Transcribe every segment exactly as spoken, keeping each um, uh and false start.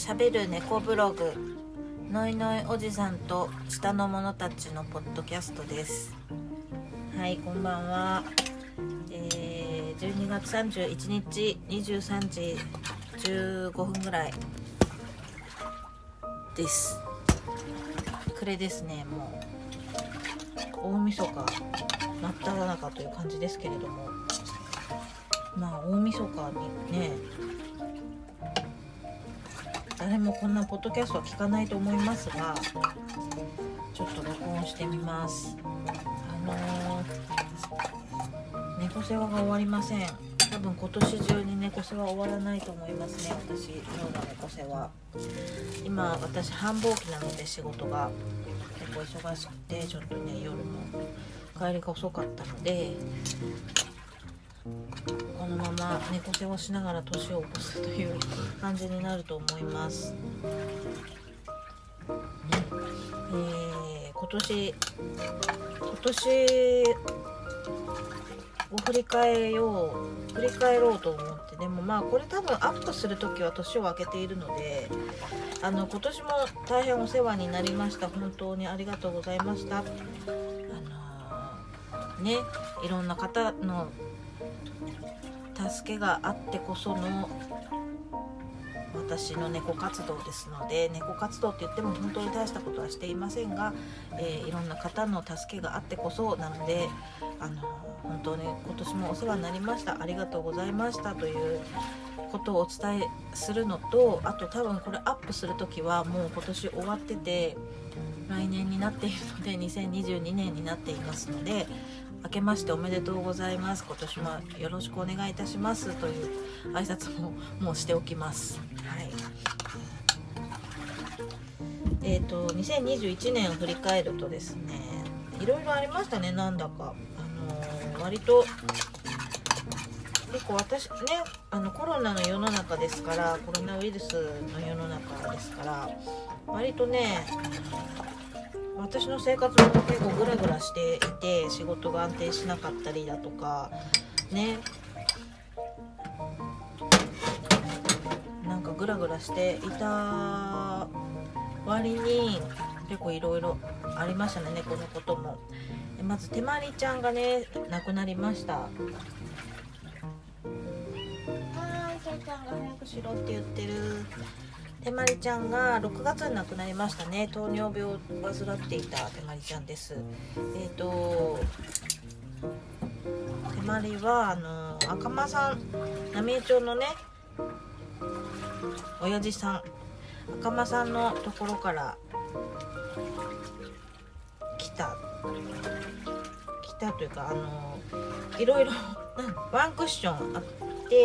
しゃべる猫ブログのいのいおじさんと下の者たちのポッドキャストです。はい、こんばんは。えー、じゅうにがつさんじゅういちにちにじゅうさんじじゅうごふんぐらいです。暮れですね。もう大晦日真っ只中という感じですけれども、まあ大晦日にね、誰もこんなポッドキャストは聞かないと思いますが、ちょっと録音してみます。あのー、猫世話が終わりません。多分今年中に猫世話終わらないと思いますね。私のような猫世話。今私繁忙期なので仕事が結構忙しくて、ちょっとね夜も帰りが遅かったので、このまま猫世話しながら年を越すという感じになると思います。えー、今年今年を振り返よう振り返ろうと思って、でもまあこれ多分アップするときは年を明けているので、あの今年も大変お世話になりました。本当にありがとうございました。あのー、ねいろんな方の助けがあってこその私の猫活動ですので、猫活動って言っても本当に大したことはしていませんが、えー、いろんな方の助けがあってこそなので、あの本当に今年もお世話になりました、ありがとうございましたということをお伝えするのと、あと多分これアップするときはもう今年終わってて来年になっているのでにせんにじゅうにねんになっていますので、明けましておめでとうございます、今年もよろしくお願いいたしますという挨拶ももうしておきます。はい。えーとにせんにじゅういちねんを振り返るとですね、いろいろありましたね。なんだかあのー、割と結構私ね、あのコロナの世の中ですから、コロナウイルスの世の中ですから割とね、私の生活も結構グラグラしていて、仕事が安定しなかったりだとかね、なんかグラグラしていた割に結構いろいろありましたね。猫のことも。まずてまりちゃんがね亡くなりました。はーい、ていちゃんが早くしろって言ってる。てまりちゃんがろくがつに亡くなりましたね。糖尿病を患っていたてまりちゃんです。えっとてまりはあの赤間さん、浪江町のね親父さん、赤間さんのところから来た来たというか、あのいろいろワンクッションあって、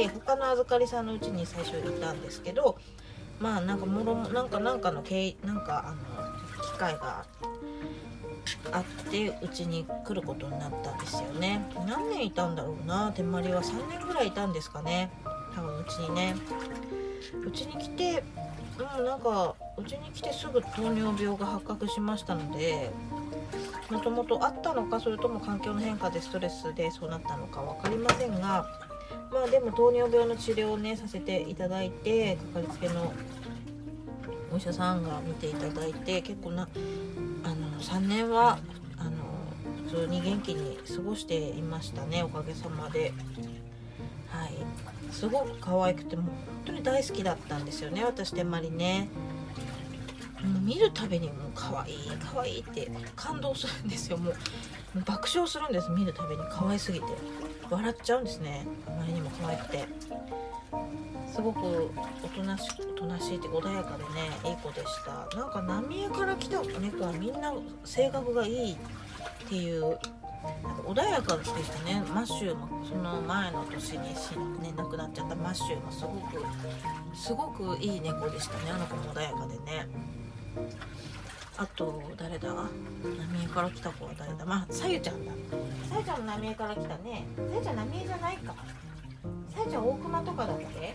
他の預かりさんのうちに最初いたんですけど、まあなんかもろもなんかなんかの経なんかあの機会があってうちに来ることになったんですよね。何年いたんだろうな、てまりはさんねんぐらいいたんですかね、多分うちにね。うちに来て、うん、なんかうちに来てすぐ糖尿病が発覚しましたので、もともとあったのか、それとも環境の変化でストレスでそうなったのか分かりませんが、まあでも糖尿病の治療をねさせていただいて、かかりつけのお医者さんが見ていただいて、結構なあのさんねんはあの普通に元気に過ごしていましたね、おかげさまで。はい、すごく可愛くてもう本当に大好きだったんですよね、私てまりね。もう見るたびにもう可愛い可愛いって感動するんですよ。もう、もう爆笑するんです、見るたびに可愛すぎて笑っちゃうんですね。あまりにも可愛くてすごくおとなしおとなしいって穏やかでね、いい子でした。なんか浪江から来た猫はみんな性格がいいっていう、なんか穏やかでしたね。マッシュもその前の年に死ん、ね、亡くなっちゃったマッシュもすごくすごくいい猫でしたね。あの子も穏やかでね。あと誰だ、浪江から来た子は誰だ、まあさゆちゃんだ。さゆちゃんも浪江から来たね。さゆちゃん浪江じゃないか、さゆちゃん大熊とかだっけ、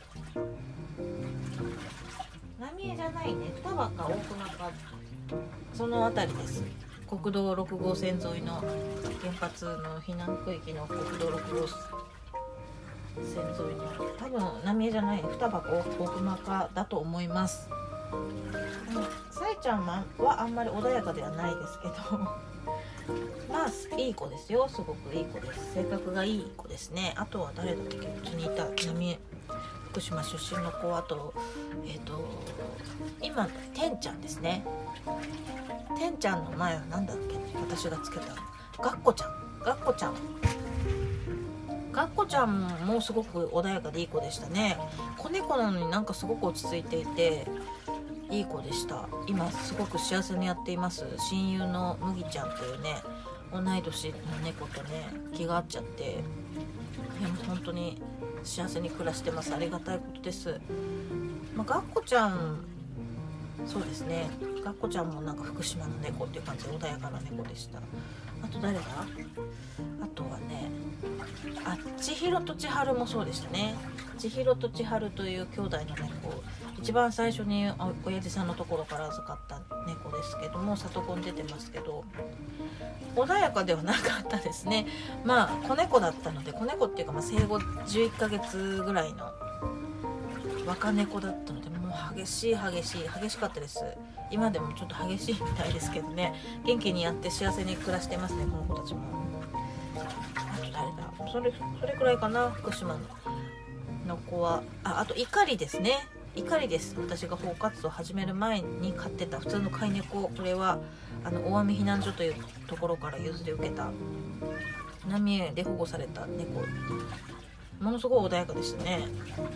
浪江じゃないね、双葉か大熊かそのあたりです。国道ろく号線沿いの原発の避難区域の国道ろく号線沿いにある、多分浪江じゃない、双葉か大熊かだと思います。さえちゃんはあんまり穏やかではないですけどまあいい子ですよ、すごくいい子です。性格がいい子ですね。あとは誰だっけ、うちにいた浪江福島出身の子、あとえっ、ー、と今てんちゃんですね。てんちゃんの前は何だっけ、私がつけたがっこちゃん、がっこちゃんがっこちゃんもすごく穏やかでいい子でしたね。子猫なのになんかすごく落ち着いていていい子でした。今すごく幸せにやっています。親友の麦ちゃんというね、同い年の猫とね気が合っちゃって、いやもう本当に幸せに暮らしてます。ありがたいことです。まあ、がっこちゃん、そうですね、がっこちゃんもなんか福島の猫っていう感じで穏やかな猫でした。あと誰だ、あとはね、あ、千尋と千春もそうでしたね。千尋と千春という兄弟の猫、一番最初に親父さんのところから預かった猫ですけども、里子に出てますけど穏やかではなかったですね。まあ子猫だったので、子猫っていうかまあ生後じゅういっかげつぐらいの若猫だったので、もう激しい激しい激しかったです。今でもちょっと激しいみたいですけどね、元気にやって幸せに暮らしてますね、この子たちも。あと誰だ、それそれくらいかな、福島の子は。あ、あと怒りですね、怒りです。私が保護活動を始める前に飼ってた普通の飼い猫、これはあの大網避難所というところから譲り受けた浪江で保護された猫、ものすごい穏やかでしたね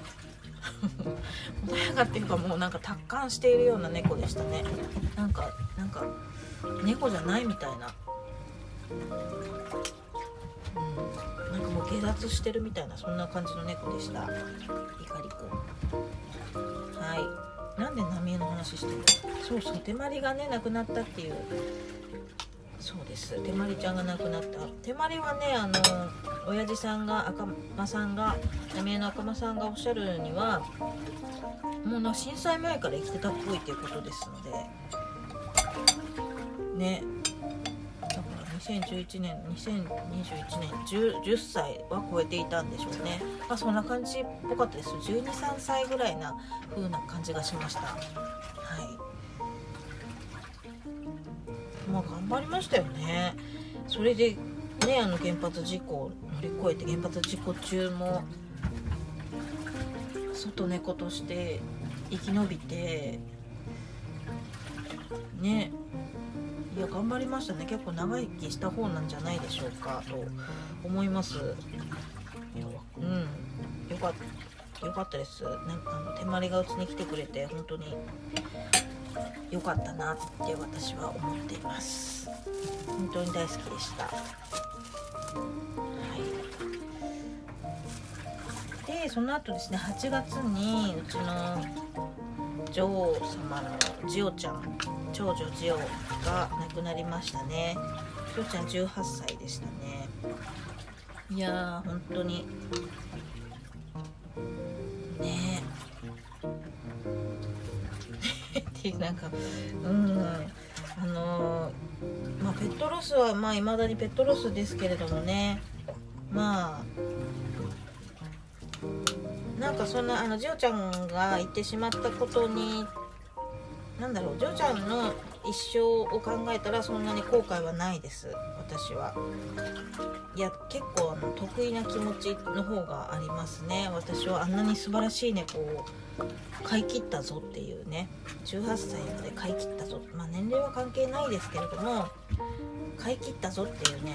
穏やかっていうか、もうなんか達観しているような猫でしたね。なんかなんか猫じゃないみたいな、うん、なんかもう下脱してるみたいな、そんな感じの猫でした、いかりくん。はい、なんで浪江の話してるの、そうそう、手まりがね亡くなったっていう、そうです、手まりちゃんが亡くなった。手まりはね、あの親父さんが赤間さんが浪江の赤間さんがおっしゃるには、もうな震災前から生きてたっぽいっていうことですのでね。だからにせんじゅういちねんにせんにじゅういちねん 10, じゅっさいは超えていたんでしょうね。まあそんな感じっぽかったです。じゅうに、さんさいぐらいな風な感じがしました。はい、まあ頑張りましたよね。それでね、あの原発事故を乗り越えて、原発事故中も外猫として生き延びてね、いや頑張りましたね。結構長生きした方なんじゃないでしょうかと思います。うん、よかったよかったです。なんかあの手まりがうちに来てくれて本当によかったなって私は思っています。本当に大好きでした。はい、でその後ですね、はちがつにうちの女王様のジオちゃん、長女ジオが亡くなりましたね。ジオちゃんじゅうはっさいでしたね。いやー本当にねえっていうなんかうんあのー、まあペットロスはまあ未だにペットロスですけれどもね、まあなんかそんなあのジオちゃんが言ってしまったことになんだろう、ジオちゃんの一生を考えたらそんなに後悔はないです、私は。いや結構あの得意な気持ちの方がありますね。私はあんなに素晴らしい猫を飼い切ったぞっていうね、じゅうはっさいまで飼い切ったぞ、まあ年齢は関係ないですけれども飼い切ったぞっていうね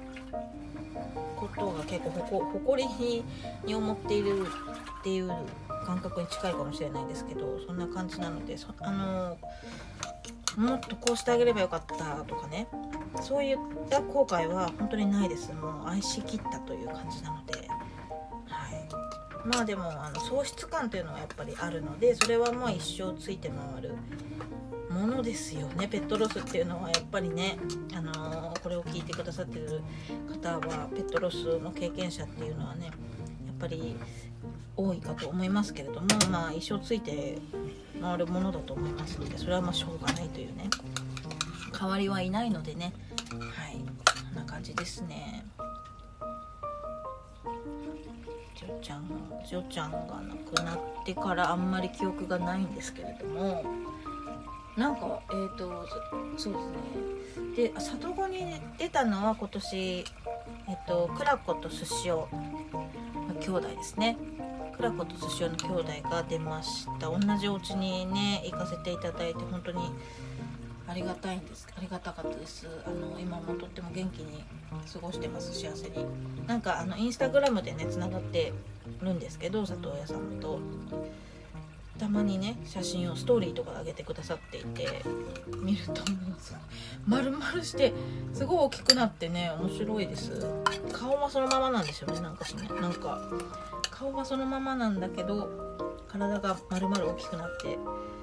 ことが結構誇りに、に思っているっていう感覚に近いかもしれないですけど、そんな感じなので、そあのもっとこうしてあげればよかったとかね、そういった後悔は本当にないです。もう愛しきったという感じなので、はい、まあでもあの喪失感というのはやっぱりあるので、それはもう一生ついて回るものですよね。ペットロスっていうのはやっぱりね、あのー、これを聞いてくださってる方はペットロスの経験者っていうのはねやっぱり多いかと思いますけれども、まあ一生ついて回るものだと思いますので、それはまあしょうがないというね、代わりはいないのでね、はい、こんな感じですね。 ジョちゃんジョちゃんが亡くなってからあんまり記憶がないんですけれども、なんかえーとそうですね。で里子に出たのは今年えっ、ー、とクラコとスシオの兄弟ですね。クラコとスシオの兄弟が出ました。同じお家にね行かせていただいて本当にありがたいんですありがたかったです。あの今もとっても元気に過ごしてます。幸せに。なんかあのインスタグラムでねつながってるんですけど、里親さんとたまにね写真をストーリーとかで上げてくださっていて、見るともう丸々してすごい大きくなってね面白いです。顔はそのままなんですよね。なんかしねなんか顔はそのままなんだけど体が丸々大きくなって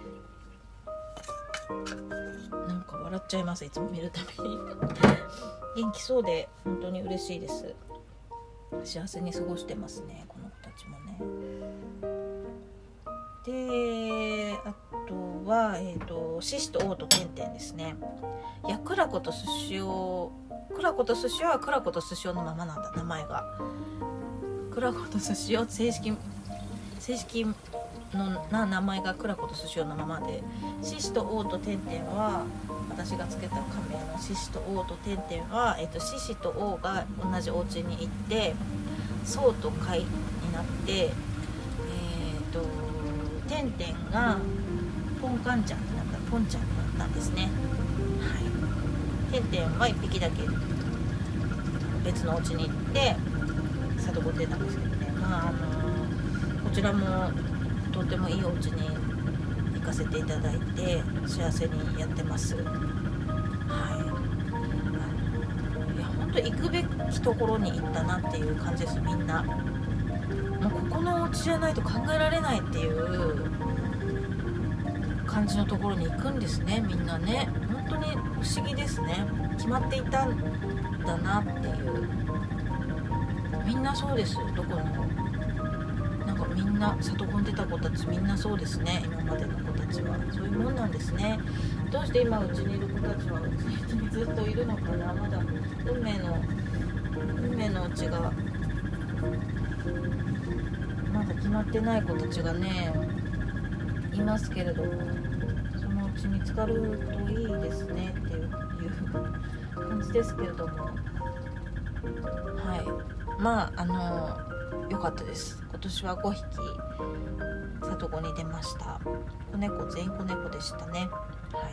なんか笑っちゃいます。いつも見るたびに元気そうで本当に嬉しいです。幸せに過ごしてますねこの子たちもね。であとは、えーと、獅子と王とてんてんですね。いやクラコとスシオクラコとスシオはクラコとスシオのままなんだ。名前がクラコとスシオ正式正式のな名前がクラコとスシオのままで、獅子と王とてんてんは私がつけた仮名の獅子と王とてんてんは、えーと、獅子と王が同じお家に行って宗と海になって、えーとてんてんがポンカンちゃんになったポンちゃんになったんですね。はい。てんてんはいっぴきだけ別のお家に行って里子出たんですけどね。まああのこちらもとてもいいお家に行かせていただいて幸せにやってます。はい。あのいや本当行くべきところに行ったなっていう感じです。みんな。もうここのお家じゃないと考えられないっていう感じのところに行くんですね。みんなね本当に不思議ですね。決まっていたんだなっていう。みんなそうです。どこのなんかみんな里子に出た子たちみんなそうですね。今までの子たちはそういうもんなんですね。どうして今うちにいる子たちはうちにずっといるのかな。まだ運命の運命のうちがまだ決まってない子たちがねいますけれども、そのうち見つかるといいですねっていう感じですけれども、はい。まああの良かったです。今年はごひき里子に出ました。子猫全員子猫でしたね。はい。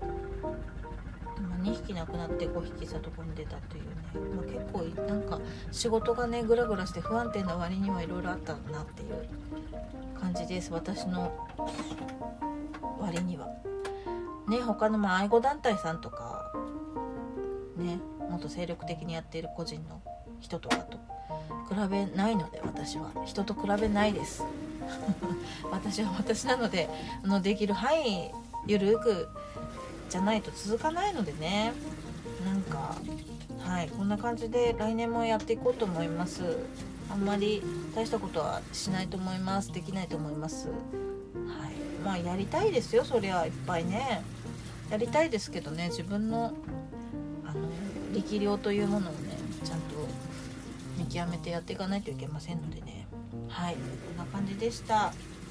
にひき亡くなってごひき里子に出たというね、まあ、結構なんか仕事がねグラグラして不安定な割にはいろいろあったなっていう感じです。私の割にはね。他のまあ愛護団体さんとかねもっと精力的にやっている個人の人とかと比べないので、私は人と比べないです私は私なのであのできる範囲ゆるくじゃないと続かないのでね。なんかはいこんな感じで来年もやっていこうと思います。あんまり大したことはしないと思います。できないと思います。はい。まあやりたいですよ。そりゃいっぱいねやりたいですけどね、自分のあの力量というものをねちゃんと見極めてやっていかないといけませんのでね。はい、こんな感じでした。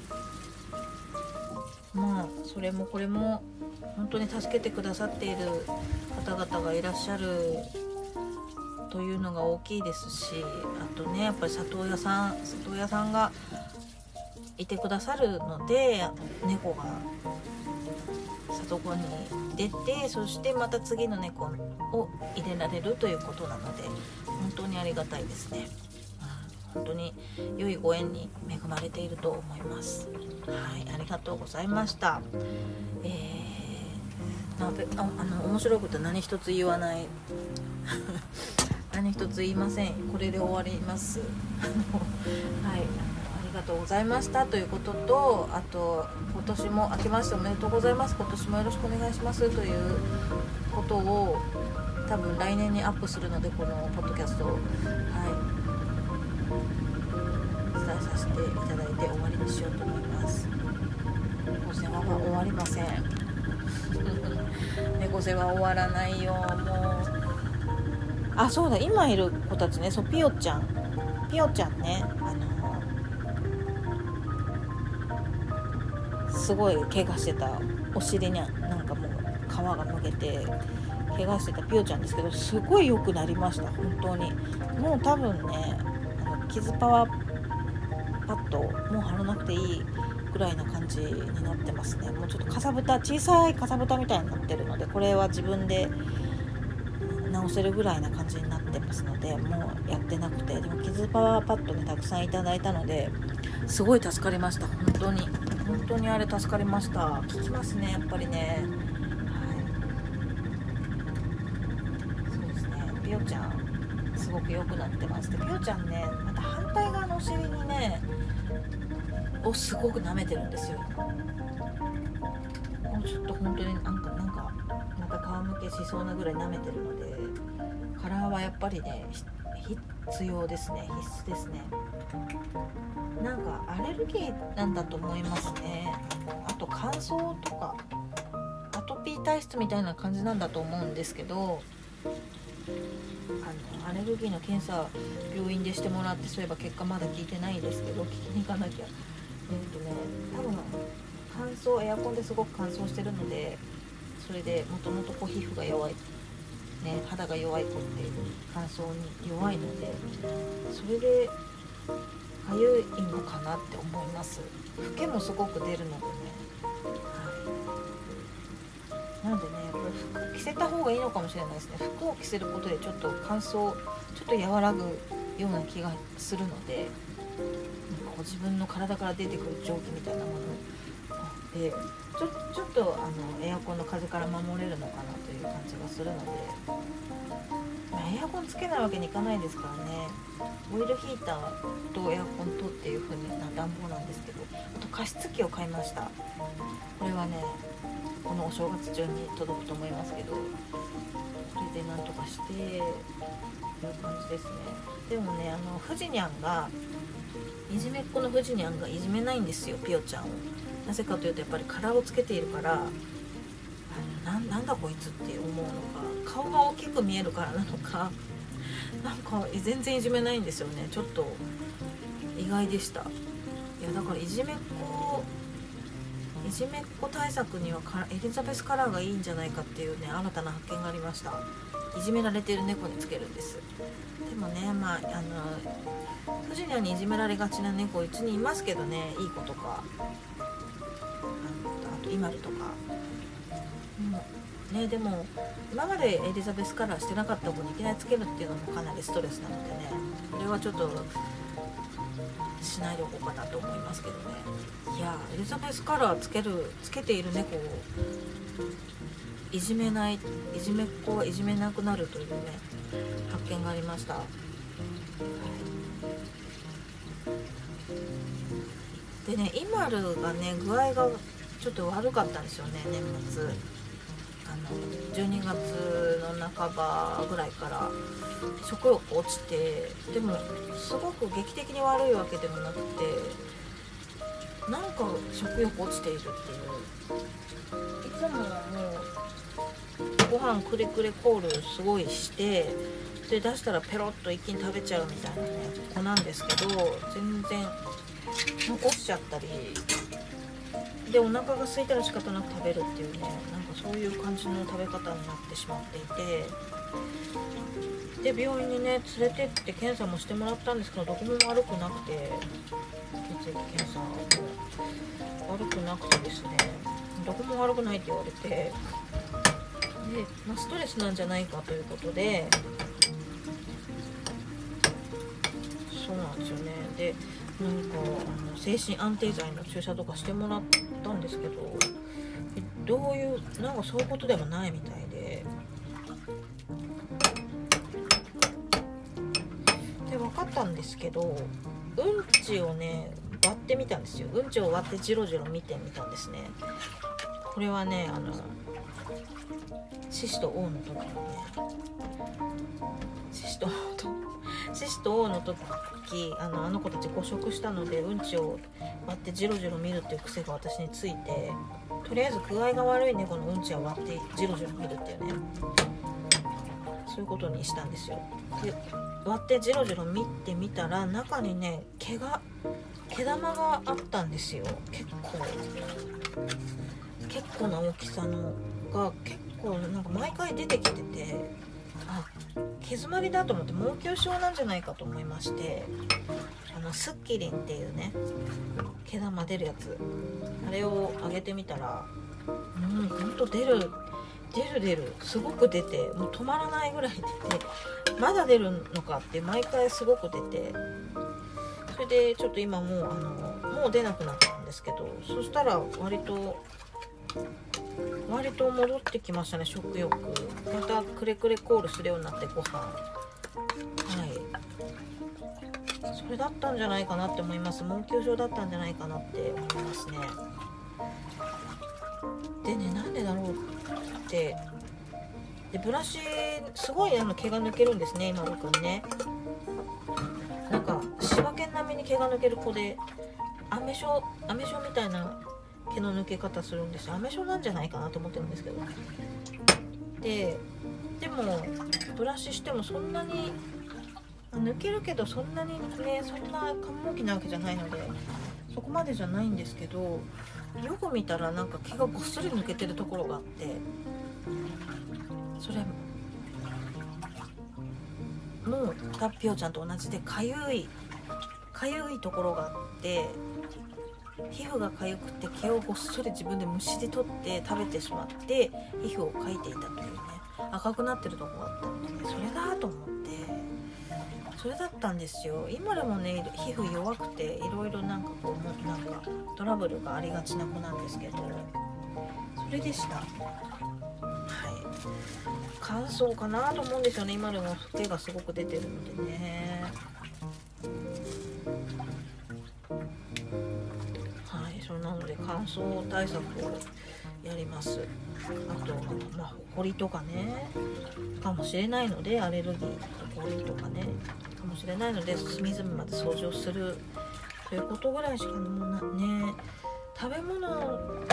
まあそれもこれも本当に助けてくださっている方々がいらっしゃるというのが大きいですし、あとねやっぱり里親さん里親さんがいてくださるので、猫が里子に出て、そしてまた次の猫を入れられるということなので本当にありがたいですね。本当に良いご縁に恵まれていると思います。はい、ありがとうございました。えー、ああの面白いこと何一つ言わない何一つ言いません。これで終わりますはい、ありがとうございましたということと、あと今年も明けましておめでとうございます、今年もよろしくお願いしますということを多分来年にアップするので、このポッドキャストを、はい、伝えさせていただいて終わりにしようと思います。猫世話は終わりません猫世話終わらないよ。もうあそうだ、今いる子たちね、そうピヨちゃんピヨちゃんね、あのすごい怪我してたお尻になんかもう皮がむけて怪我してたピオちゃんですけど、すごい良くなりました。本当にもう多分ね、あの傷パワーパッドもう貼らなくていいぐらいな感じになってますね。もうちょっとかさぶた、小さいかさぶたみたいになってるので、これは自分で直せるぐらいな感じになってますので、もうやってなくて、でも傷パワーパッドねたくさんいただいたのですごい助かりました。本当に本当にあれ助かりました。効きますね、やっぱりね。はい、そうですね。ピオちゃんすごく良くなってます。でピオちゃんね、また反対側のお尻にねをすごく舐めてるんですよ。もうちょっと本当になんかなんかまた皮むけしそうなぐらい舐めてるので、カラーはやっぱりね必要ですね、必須ですね。なんかアレルギーなんだと思いますね。あと乾燥とかアトピー体質みたいな感じなんだと思うんですけど、あのアレルギーの検査病院でしてもらって、そういえば結果まだ聞いてないんですけど、聞きに行かなきゃ。えっとね多分乾燥、エアコンですごく乾燥してるので、それでもともと皮膚が弱い、ね、肌が弱い子って乾燥に弱いので、それでかゆいのかなって思います。フケもすごく出るのでね、はい、なんでねこれ服着せた方がいいのかもしれないですね。服を着せることでちょっと乾燥ちょっと和らぐような気がするので、こう自分の体から出てくる蒸気みたいなものでちょ、ちょっとあのエアコンの風から守れるのかなという感じがするので、エアコンつけないわけにいかないですからね。オイルヒーターとエアコンとっていう風な暖房なんですけど、あと加湿器を買いました。これはねこのお正月中に届くと思いますけど、これでなんとかしていう感じですね。でもね、あのフジニャンがいじめっ子のフジニャンがいじめないんですよ、ピオちゃんを。なぜかというとやっぱりカラーをつけているから、あの な, なんだこいつって思うのか、顔が大きく見えるからなのか、なんか全然いじめないんですよね。ちょっと意外でした。いやだからいじめっ子いじめっ子対策にはエリザベスカラーがいいんじゃないかっていうね、新たな発見がありました。いじめられている猫につけるんです。でもね、まああのフジニャンにいじめられがちな猫うちにいますけどね、いい子とかあのあとイマルとか、うんね、でも今までエリザベスカラーしてなかった子にいきなりつけるっていうのもかなりストレスなのでね、これはちょっとしないでおこうかなと思いますけどね。いやエリザベスカラーつけるつけている猫をいじめない、いじめっ子はいじめなくなるというね発見がありました。はい、でね、イマルがね具合がちょっと悪かったんですよね、年末。あのじゅうにがつの半ばぐらいから食欲落ちて、でもすごく劇的に悪いわけでもなくて、なんか食欲落ちているっていう、いつももうご飯くれくれコールすごいして、で出したらペロッと一気に食べちゃうみたいなね子なんですけど、全然残しちゃったりで、お腹が空いたら仕方なく食べるっていうね、なんかそういう感じの食べ方になってしまっていて、で病院にね連れてって検査もしてもらったんですけど、どこも悪くなくて、血液検査も悪くなくてですね、どこも悪くないって言われて、で、まあ、ストレスなんじゃないかということで、そうなんですよね。でなんかあの精神安定剤の注射とかしてもらったんですけど、どういうなんかそういうことでもないみたいで、で分かったんですけど、うんちをね割ってみたんですよ。うんちを割ってジロジロ見てみたんですね。これはね、あのシシとオウの時のね、シシとシシとオウの時あのあの子たち誤食したので、うんちを割ってジロジロ見るっていう癖が私について、とりあえず具合が悪い猫のうんちは割ってジロジロ見るっていうね、そういうことにしたんですよ。で割ってジロジロ見てみたら、中にね毛が毛玉があったんですよ。結構結構な大きさのが結構なんか毎回出てきてて、あ、毛詰まりだと思って毛球症なんじゃないかと思いまして、あのスッキリンっていうね毛玉出るやつ、あれをあげてみたら、うんほんと出る出る出るすごく出て、もう止まらないぐらい出て、まだ出るのかって毎回すごく出て、それでちょっと今もうあのもう出なくなったんですけど、そしたら割と割と戻ってきましたね、食欲。またくれくれコールするようになって、ご飯、はい、それだったんじゃないかなって思います。毛球症だったんじゃないかなって思いますね。でね、なんでだろうってで、ブラシすごいあの毛が抜けるんですね、今僕ね。なんか柴犬並みに毛が抜ける子で、アメショアメショみたいな毛の抜け方するんですよ。アメショなんじゃないかなと思ってるんですけど、ででもブラシしてもそんなに抜けるけど、そんなにね、そんな繁忙期なわけじゃないのでそこまでじゃないんですけど、よく見たらなんか毛がごっそり抜けてるところがあって、それもうタッピオちゃんと同じでかゆいかゆいところがあって、皮膚がかゆくて毛をごっそり自分でむしり取って食べてしまって皮膚をかいていたというね、赤くなってるところがあったので、ね、それだと思って、それだったんですよ。今でもね皮膚弱くていろいろなんかこうなんかトラブルがありがちな子なんですけど、それでした。はい、乾燥かなと思うんですよね。今でも毛がすごく出てるのでね。はい、そうなので乾燥対策をやります。あとまあほこりとかねかもしれないので、アレルギーほこりとかねかもしれないので、隅々まで掃除をするということぐらいしかもうなね。食べ物食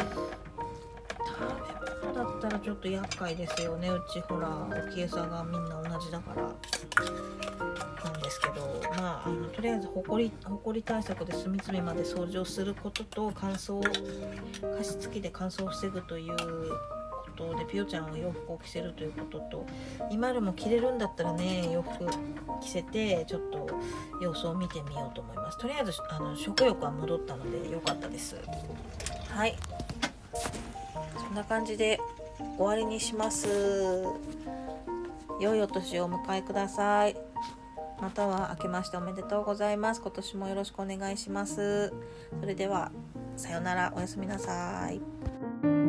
べ物だったらちょっと厄介ですよね。うちほら大きさがみんな同じだからなんですけど、まあ、あのとりあえずほこりほこり対策で隅々まで掃除をすることと、乾燥加湿器で乾燥を防ぐということで、ピヨちゃんは洋服を着せるということと、今でも着れるんだったらね洋服着せてちょっと様子を見てみようと思います。とりあえずあの食欲は戻ったので良かったです。はい、そんな感じで終わりにします。良いお年をお迎えください。または明けましておめでとうございます。今年もよろしくお願いします。それではさようなら、おやすみなさい。